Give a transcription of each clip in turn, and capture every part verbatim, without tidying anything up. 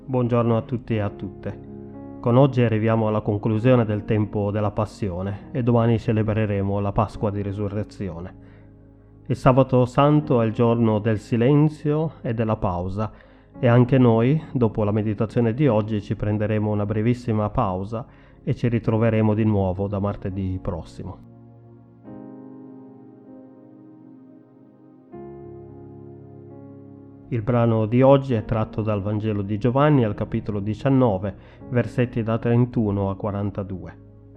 Buongiorno a tutti e a tutte. Con oggi arriviamo alla conclusione del tempo della Passione e domani celebreremo la Pasqua di Risurrezione. Il Sabato Santo è il giorno del silenzio e della pausa e anche noi, dopo la meditazione di oggi, ci prenderemo una brevissima pausa e ci ritroveremo di nuovo da martedì prossimo. Il brano di oggi è tratto dal Vangelo di Giovanni al capitolo diciannove, versetti da trentuno a quarantadue.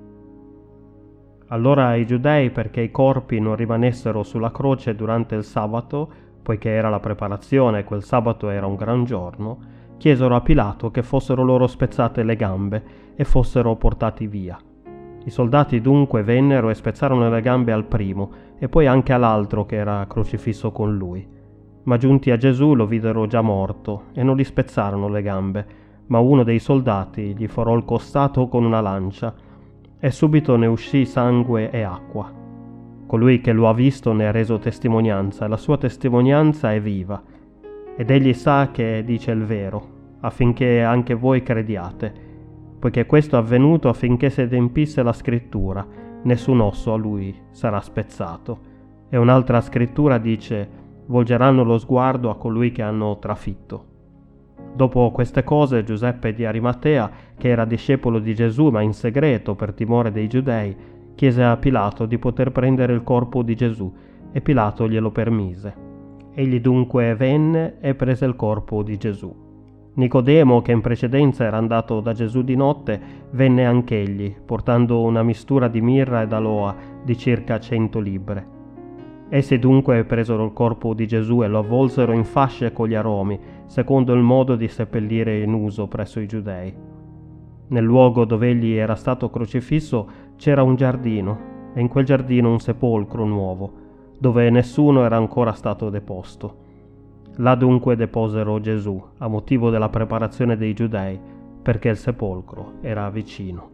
Allora i giudei, perché i corpi non rimanessero sulla croce durante il sabato, poiché era la preparazione e quel sabato era un gran giorno, chiesero a Pilato che fossero loro spezzate le gambe e fossero portati via. I soldati dunque vennero e spezzarono le gambe al primo e poi anche all'altro che era crocifisso con lui. Ma giunti a Gesù lo videro già morto e non gli spezzarono le gambe, ma uno dei soldati gli forò il costato con una lancia e subito ne uscì sangue e acqua. Colui che lo ha visto ne ha reso testimonianza e la sua testimonianza è viva, ed egli sa che dice il vero, affinché anche voi crediate, poiché questo è avvenuto affinché si adempisse la scrittura, nessun osso a lui sarà spezzato. E un'altra scrittura dice: volgeranno lo sguardo a colui che hanno trafitto. Dopo queste cose Giuseppe di Arimatea, che era discepolo di Gesù ma in segreto per timore dei giudei, chiese a Pilato di poter prendere il corpo di Gesù e Pilato glielo permise. Egli dunque venne e prese il corpo di Gesù. Nicodemo, che in precedenza era andato da Gesù di notte, venne anch'egli, portando una mistura di mirra ed aloa di circa cento libbre. Essi dunque presero il corpo di Gesù e lo avvolsero in fasce con gli aromi, secondo il modo di seppellire in uso presso i giudei. Nel luogo dove egli era stato crocifisso c'era un giardino, e in quel giardino un sepolcro nuovo, dove nessuno era ancora stato deposto. Là dunque deposero Gesù, a motivo della preparazione dei giudei, perché il sepolcro era vicino.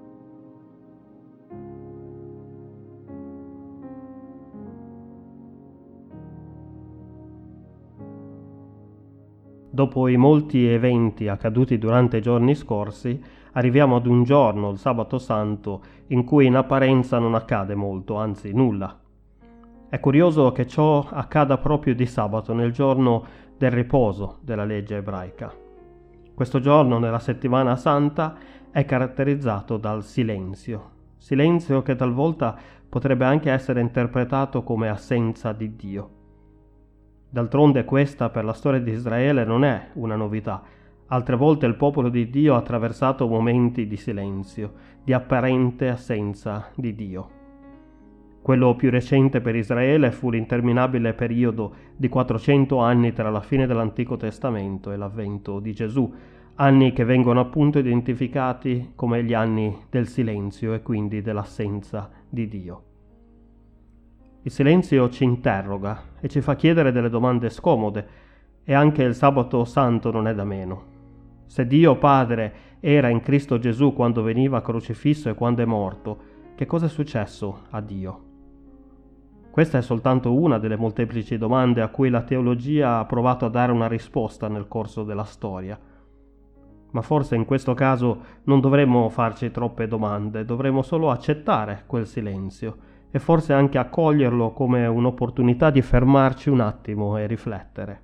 Dopo i molti eventi accaduti durante i giorni scorsi, arriviamo ad un giorno, il Sabato Santo, in cui in apparenza non accade molto, anzi nulla. È curioso che ciò accada proprio di sabato, nel giorno del riposo della legge ebraica. Questo giorno, nella settimana santa, è caratterizzato dal silenzio. Silenzio che talvolta potrebbe anche essere interpretato come assenza di Dio. D'altronde questa per la storia di Israele non è una novità. Altre volte il popolo di Dio ha attraversato momenti di silenzio, di apparente assenza di Dio. Quello più recente per Israele fu l'interminabile periodo di quattrocento anni tra la fine dell'Antico Testamento e l'avvento di Gesù, anni che vengono appunto identificati come gli anni del silenzio e quindi dell'assenza di Dio. Il silenzio ci interroga e ci fa chiedere delle domande scomode, e anche il Sabato Santo non è da meno. Se Dio Padre era in Cristo Gesù quando veniva crocifisso e quando è morto, che cosa è successo a Dio? Questa è soltanto una delle molteplici domande a cui la teologia ha provato a dare una risposta nel corso della storia. Ma forse in questo caso non dovremmo farci troppe domande, dovremmo solo accettare quel silenzio e forse anche accoglierlo come un'opportunità di fermarci un attimo e riflettere.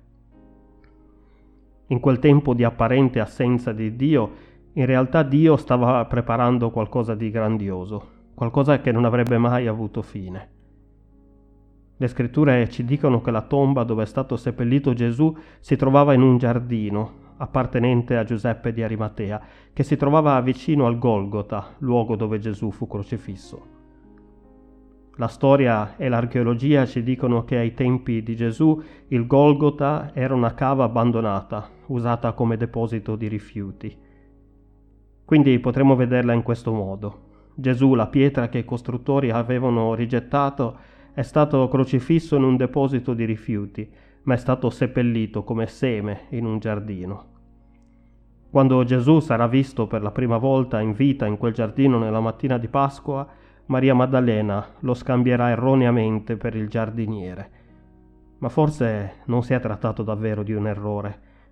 In quel tempo di apparente assenza di Dio, in realtà Dio stava preparando qualcosa di grandioso, qualcosa che non avrebbe mai avuto fine. Le scritture ci dicono che la tomba dove è stato seppellito Gesù si trovava in un giardino appartenente a Giuseppe di Arimatea, che si trovava vicino al Golgota, luogo dove Gesù fu crocifisso. La storia e l'archeologia ci dicono che ai tempi di Gesù il Golgota era una cava abbandonata, usata come deposito di rifiuti. Quindi potremmo vederla in questo modo. Gesù, la pietra che i costruttori avevano rigettato, è stato crocifisso in un deposito di rifiuti, ma è stato seppellito come seme in un giardino. Quando Gesù sarà visto per la prima volta in vita in quel giardino nella mattina di Pasqua, Maria Maddalena lo scambierà erroneamente per il giardiniere. Ma forse non si è trattato davvero di un errore.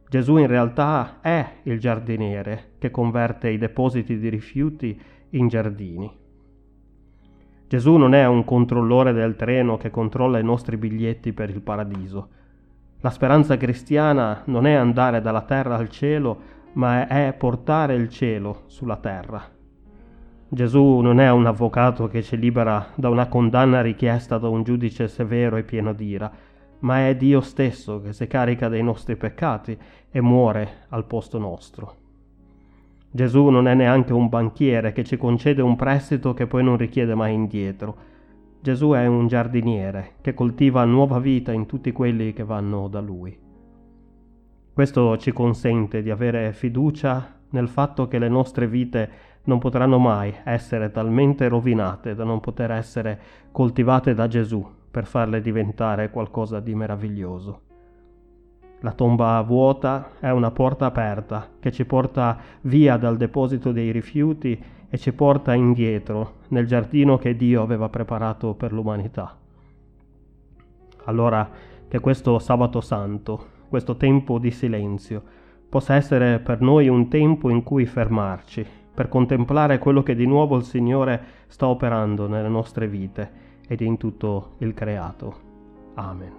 Gesù in realtà è il giardiniere che converte i depositi di rifiuti in giardini. Gesù non è un controllore del treno che controlla i nostri biglietti per il paradiso. La speranza cristiana non è andare dalla terra al cielo, ma è portare il cielo sulla terra. Gesù non è un avvocato che ci libera da una condanna richiesta da un giudice severo e pieno d'ira, ma è Dio stesso che si carica dei nostri peccati e muore al posto nostro. Gesù non è neanche un banchiere che ci concede un prestito che poi non richiede mai indietro. Gesù è un giardiniere che coltiva nuova vita in tutti quelli che vanno da Lui. Questo ci consente di avere fiducia nel fatto che le nostre vite non potranno mai essere talmente rovinate da non poter essere coltivate da Gesù per farle diventare qualcosa di meraviglioso. La tomba vuota è una porta aperta che ci porta via dal deposito dei rifiuti e ci porta indietro nel giardino che Dio aveva preparato per l'umanità. Allora che questo Sabato Santo, questo tempo di silenzio, possa essere per noi un tempo in cui fermarci per contemplare quello che di nuovo il Signore sta operando nelle nostre vite ed in tutto il creato. Amen.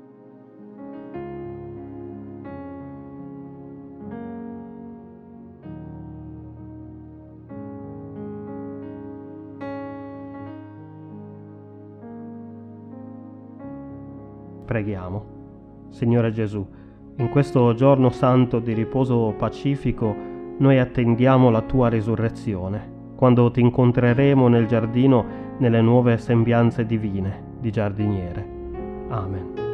Preghiamo. Signore Gesù, in questo giorno santo di riposo pacifico, noi attendiamo la Tua risurrezione, quando Ti incontreremo nel giardino nelle nuove sembianze divine di giardiniere. Amen.